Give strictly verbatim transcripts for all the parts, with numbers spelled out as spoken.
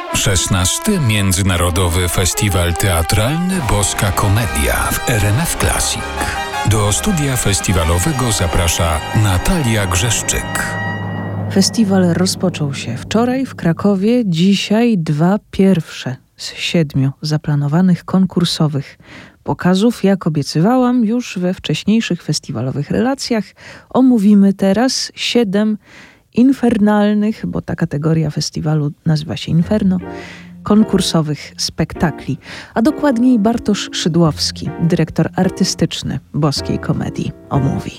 szesnasty Międzynarodowy Festiwal Teatralny Boska Komedia w R M F Classic. Do studia festiwalowego zaprasza Natalia Grzeszczyk. Festiwal rozpoczął się wczoraj w Krakowie, dzisiaj dwa pierwsze z siedmiu zaplanowanych konkursowych pokazów. Jak obiecywałam już we wcześniejszych festiwalowych relacjach, omówimy teraz siedem infernalnych, bo ta kategoria festiwalu nazywa się Inferno, konkursowych spektakli, a dokładniej Bartosz Szydłowski, dyrektor artystyczny Boskiej Komedii, omówi.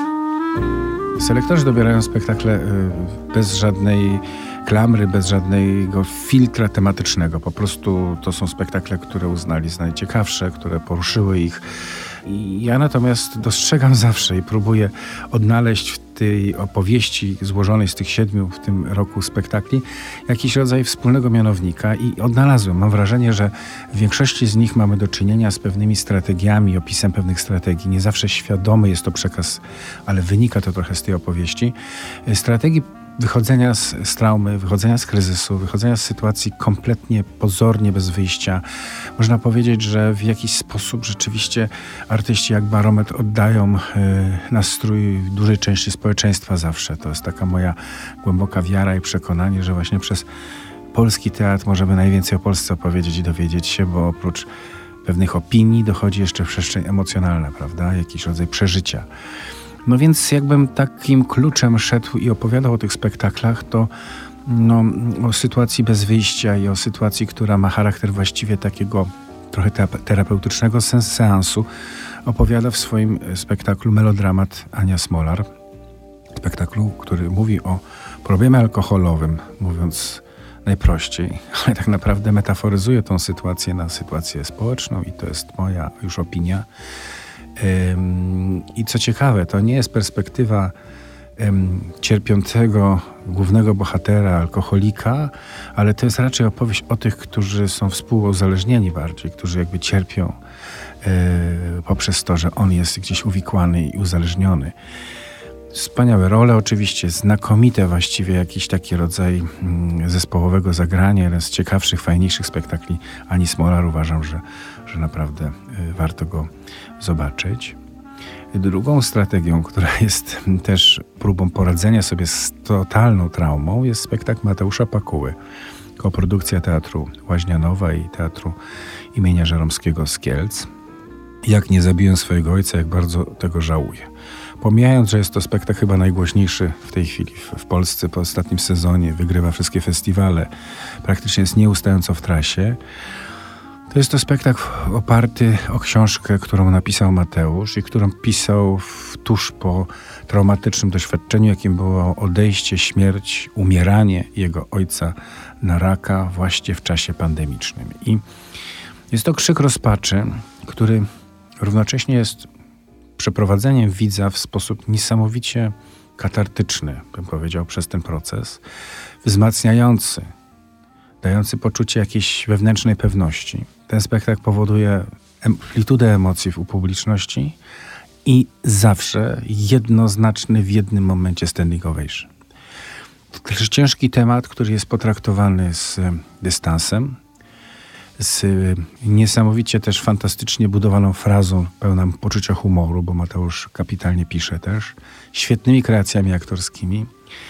Selektorzy dobierają spektakle bez żadnej klamry, bez żadnego filtra tematycznego. Po prostu to są spektakle, które uznali za najciekawsze, które poruszyły ich. I ja natomiast dostrzegam zawsze i próbuję odnaleźć w tej opowieści złożonej z tych siedmiu w tym roku spektakli jakiś rodzaj wspólnego mianownika i odnalazłem. Mam wrażenie, że w większości z nich mamy do czynienia z pewnymi strategiami, opisem pewnych strategii. Nie zawsze świadomy jest to przekaz, ale wynika to trochę z tej opowieści. Strategii wychodzenia z, z traumy, wychodzenia z kryzysu, wychodzenia z sytuacji kompletnie pozornie bez wyjścia. Można powiedzieć, że w jakiś sposób rzeczywiście artyści jak barometr oddają y, nastrój dużej części społeczeństwa zawsze. To jest taka moja głęboka wiara i przekonanie, że właśnie przez polski teatr możemy najwięcej o Polsce opowiedzieć i dowiedzieć się, bo oprócz pewnych opinii dochodzi jeszcze przestrzeń emocjonalna, prawda? Jakiś rodzaj przeżycia. No więc jakbym takim kluczem szedł i opowiadał o tych spektaklach, to no, o sytuacji bez wyjścia i o sytuacji, która ma charakter właściwie takiego trochę terapeutycznego seansu, opowiada w swoim spektaklu melodramat Ania Smolar. Spektaklu, który mówi o problemie alkoholowym, mówiąc najprościej, ale tak naprawdę metaforyzuje tą sytuację na sytuację społeczną i to jest moja już opinia. I co ciekawe, to nie jest perspektywa um, cierpiącego głównego bohatera, alkoholika, ale to jest raczej opowieść o tych, którzy są współuzależnieni bardziej, którzy jakby cierpią e, poprzez to, że on jest gdzieś uwikłany i uzależniony. Wspaniałe role oczywiście, znakomite właściwie jakiś taki rodzaj mm, zespołowego zagrania, jeden z ciekawszych, fajniejszych spektakli Ani Smolar. Uważam, że, że naprawdę y, warto go zobaczyć. Drugą strategią, która jest też próbą poradzenia sobie z totalną traumą, jest spektakl Mateusza Pakuły, koprodukcja Teatru Łaźnianowa i Teatru imienia Żeromskiego z Kielc. Jak nie zabiłem swojego ojca, jak bardzo tego żałuję. Pomijając, że jest to spektakl chyba najgłośniejszy w tej chwili w, w Polsce po ostatnim sezonie, wygrywa wszystkie festiwale, praktycznie jest nieustająco w trasie, to jest to spektakl oparty o książkę, którą napisał Mateusz i którą pisał w, tuż po traumatycznym doświadczeniu, jakim było odejście, śmierć, umieranie jego ojca na raka właśnie w czasie pandemicznym. I jest to krzyk rozpaczy, który równocześnie jest przeprowadzeniem widza w sposób niesamowicie katartyczny, bym powiedział, przez ten proces, wzmacniający, dający poczucie jakiejś wewnętrznej pewności. Ten spektakl powoduje amplitudę emocji u publiczności i zawsze jednoznaczny w jednym momencie standing ovation. To też ciężki temat, który jest potraktowany z dystansem, z niesamowicie też fantastycznie budowaną frazą, pełną poczucia humoru, bo Mateusz kapitalnie pisze też, świetnymi kreacjami aktorskimi.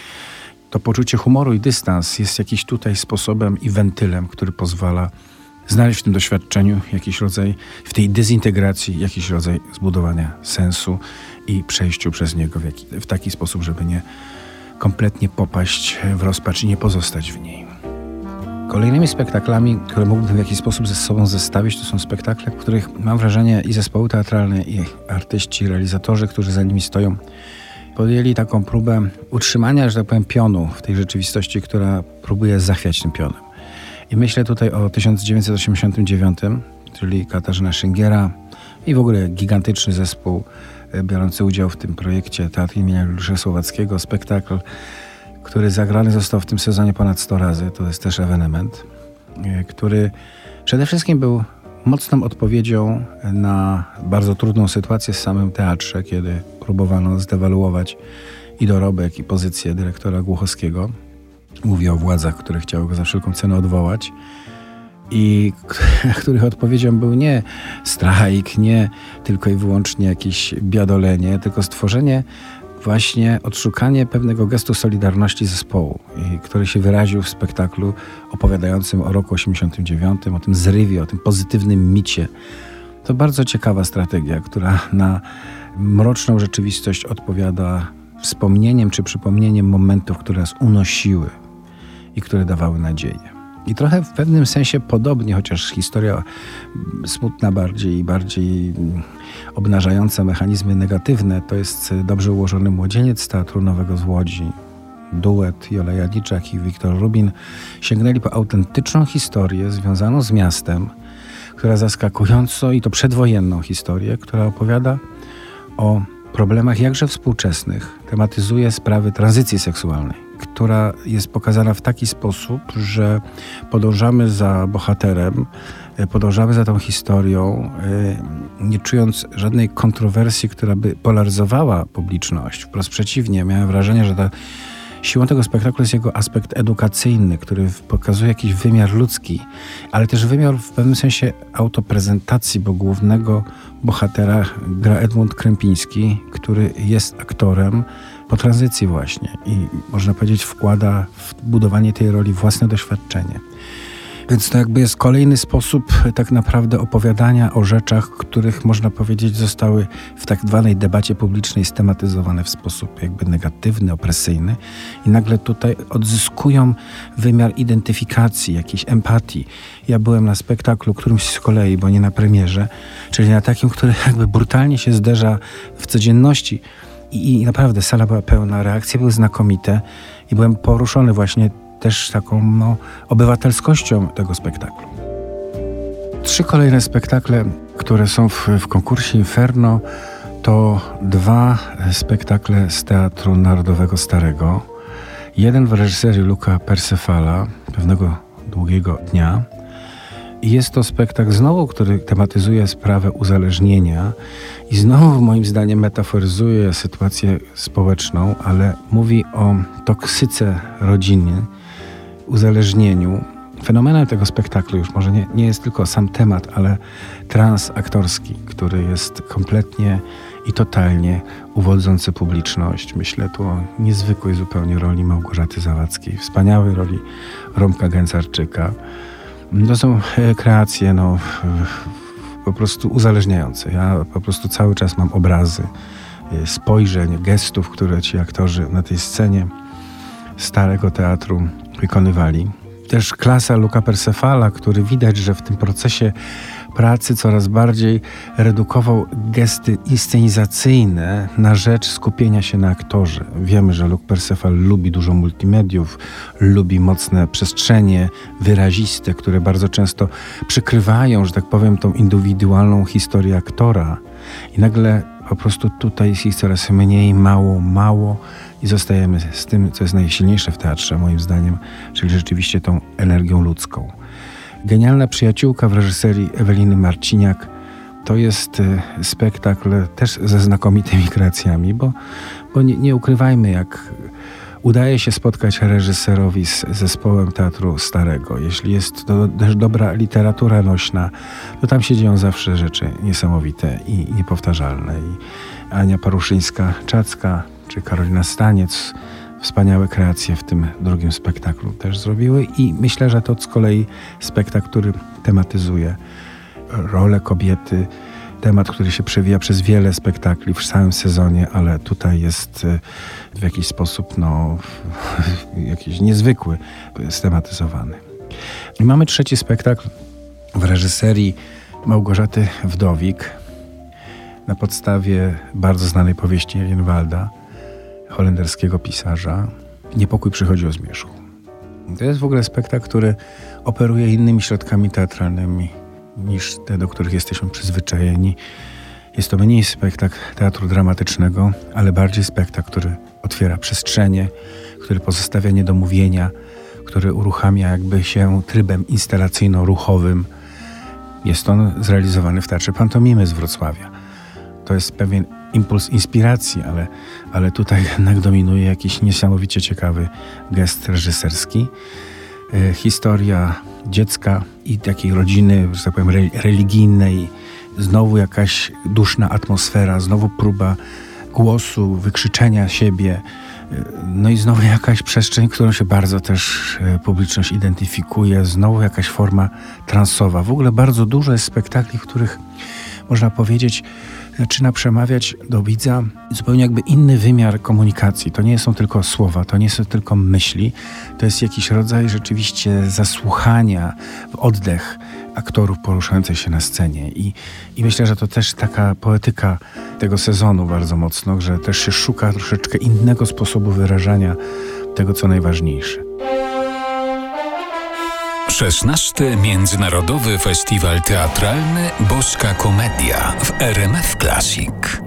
To poczucie humoru i dystans jest jakiś tutaj sposobem i wentylem, który pozwala znaleźć w tym doświadczeniu jakiś rodzaj, w tej dezintegracji, jakiś rodzaj zbudowania sensu i przejściu przez niego w, jaki, w taki sposób, żeby nie kompletnie popaść w rozpacz i nie pozostać w niej. Kolejnymi spektaklami, które mógłbym w jakiś sposób ze sobą zestawić, to są spektakle, w których mam wrażenie i zespoły teatralne, i artyści, realizatorzy, którzy za nimi stoją, podjęli taką próbę utrzymania, że tak powiem, pionu w tej rzeczywistości, która próbuje zachwiać tym pionem. I myślę tutaj o tysiąc dziewięćset osiemdziesiątym dziewiątym, czyli Katarzyna Szyngiera i w ogóle gigantyczny zespół biorący udział w tym projekcie Teatr imienia Juliusza Słowackiego, spektakl, który zagrany został w tym sezonie ponad sto razy. To jest też ewenement, który przede wszystkim był mocną odpowiedzią na bardzo trudną sytuację w samym teatrze, kiedy próbowano zdewaluować i dorobek, i pozycję dyrektora Głuchowskiego. Mówię o władzach, które chciały go za wszelką cenę odwołać i których odpowiedzią był nie strajk, nie tylko i wyłącznie jakieś biadolenie, tylko stworzenie właśnie odszukanie pewnego gestu solidarności zespołu, który się wyraził w spektaklu opowiadającym o roku osiemdziesiątym dziewiątym, o tym zrywie, o tym pozytywnym micie. To bardzo ciekawa strategia, która na mroczną rzeczywistość odpowiada wspomnieniem czy przypomnieniem momentów, które nas unosiły i które dawały nadzieję. I trochę w pewnym sensie podobnie, chociaż historia smutna bardziej i bardziej obnażająca mechanizmy negatywne, to jest Dobrze ułożony młodzieniec z Teatru Nowego z Łodzi. Duet Jola Jadniczak i Wiktor Rubin sięgnęli po autentyczną historię związaną z miastem, która zaskakująco, i to przedwojenną historię, która opowiada o problemach jakże współczesnych, tematyzuje sprawy tranzycji seksualnej, która jest pokazana w taki sposób, że podążamy za bohaterem, podążamy za tą historią, nie czując żadnej kontrowersji, która by polaryzowała publiczność. Wprost przeciwnie, miałem wrażenie, że ta siłą tego spektaklu jest jego aspekt edukacyjny, który pokazuje jakiś wymiar ludzki, ale też wymiar w pewnym sensie autoprezentacji, bo głównego bohatera gra Edmund Krępiński, który jest aktorem po tranzycji właśnie i można powiedzieć wkłada w budowanie tej roli własne doświadczenie. Więc to jakby jest kolejny sposób tak naprawdę opowiadania o rzeczach, których można powiedzieć zostały w tak zwanej debacie publicznej stematyzowane w sposób jakby negatywny, opresyjny i nagle tutaj odzyskują wymiar identyfikacji, jakiejś empatii. Ja byłem na spektaklu którymś z kolei, bo nie na premierze, czyli na takim, który jakby brutalnie się zderza w codzienności i, i naprawdę sala była pełna, reakcje były znakomite i byłem poruszony właśnie też taką no, obywatelskością tego spektaklu. Trzy kolejne spektakle, które są w, w konkursie Inferno, to dwa spektakle z Teatru Narodowego Starego. Jeden w reżyserii Luca Persefala, pewnego długiego dnia. I jest to spektakl znowu, który tematyzuje sprawę uzależnienia i znowu moim zdaniem metaforyzuje sytuację społeczną, ale mówi o toksyce rodziny, uzależnieniu. Fenomenem tego spektaklu już może nie, nie jest tylko sam temat, ale trans aktorski, który jest kompletnie i totalnie uwodzący publiczność. Myślę tu o niezwykłej zupełnie roli Małgorzaty Zawadzkiej, wspaniałej roli Romka Gęcarczyka. To są kreacje no, po prostu uzależniające. Ja po prostu cały czas mam obrazy spojrzeń, gestów, które ci aktorzy na tej scenie starego teatru wykonywali. Też klasa Luca Persefala, który widać, że w tym procesie pracy coraz bardziej redukował gesty inscenizacyjne na rzecz skupienia się na aktorze. Wiemy, że Luc Persefal lubi dużo multimediów, lubi mocne przestrzenie wyraziste, które bardzo często przykrywają, że tak powiem, tą indywidualną historię aktora. I nagle po prostu tutaj jest ich coraz mniej, mało, mało i zostajemy z tym, co jest najsilniejsze w teatrze, moim zdaniem, czyli rzeczywiście tą energią ludzką. Genialna przyjaciółka w reżyserii Eweliny Marciniak to jest spektakl też ze znakomitymi kreacjami, bo, bo nie, nie ukrywajmy, jak udaje się spotkać reżyserowi z zespołem Teatru Starego. Jeśli jest to też dobra literatura nośna, to tam się dzieją zawsze rzeczy niesamowite i niepowtarzalne. I Ania Paruszyńska-Czacka czy Karolina Staniec wspaniałe kreacje w tym drugim spektaklu też zrobiły i myślę, że to z kolei spektakl, który tematyzuje rolę kobiety, temat, który się przewija przez wiele spektakli w całym sezonie, ale tutaj jest w jakiś sposób no, jakiś niezwykły, stematyzowany. I mamy trzeci spektakl w reżyserii Małgorzaty Wdowik na podstawie bardzo znanej powieści Elienwalda, holenderskiego pisarza. Niepokój przychodzi o zmierzchu. To jest w ogóle spektakl, który operuje innymi środkami teatralnymi niż te, do których jesteśmy przyzwyczajeni. Jest to mniej spektakl teatru dramatycznego, ale bardziej spektakl, który otwiera przestrzenie, który pozostawia niedomówienia, który uruchamia jakby się trybem instalacyjno-ruchowym. Jest on zrealizowany w Teatrze Pantomimy z Wrocławia. To jest pewien impuls inspiracji, ale, ale tutaj jednak dominuje jakiś niesamowicie ciekawy gest reżyserski. E, historia dziecka i takiej rodziny, że tak powiem, re, religijnej, znowu jakaś duszna atmosfera, znowu próba głosu, wykrzyczenia siebie, no i znowu jakaś przestrzeń, którą się bardzo też publiczność identyfikuje, znowu jakaś forma transowa. W ogóle bardzo dużo jest spektakli, w których można powiedzieć, zaczyna przemawiać do widza zupełnie jakby inny wymiar komunikacji. To nie są tylko słowa, to nie są tylko myśli, to jest jakiś rodzaj rzeczywiście zasłuchania w oddech aktorów poruszających się na scenie. I, i myślę, że to też taka poetyka tego sezonu bardzo mocno, że też się szuka troszeczkę innego sposobu wyrażania tego, co najważniejsze. szesnasty Międzynarodowy Festiwal Teatralny Boska Komedia w R M F Classic.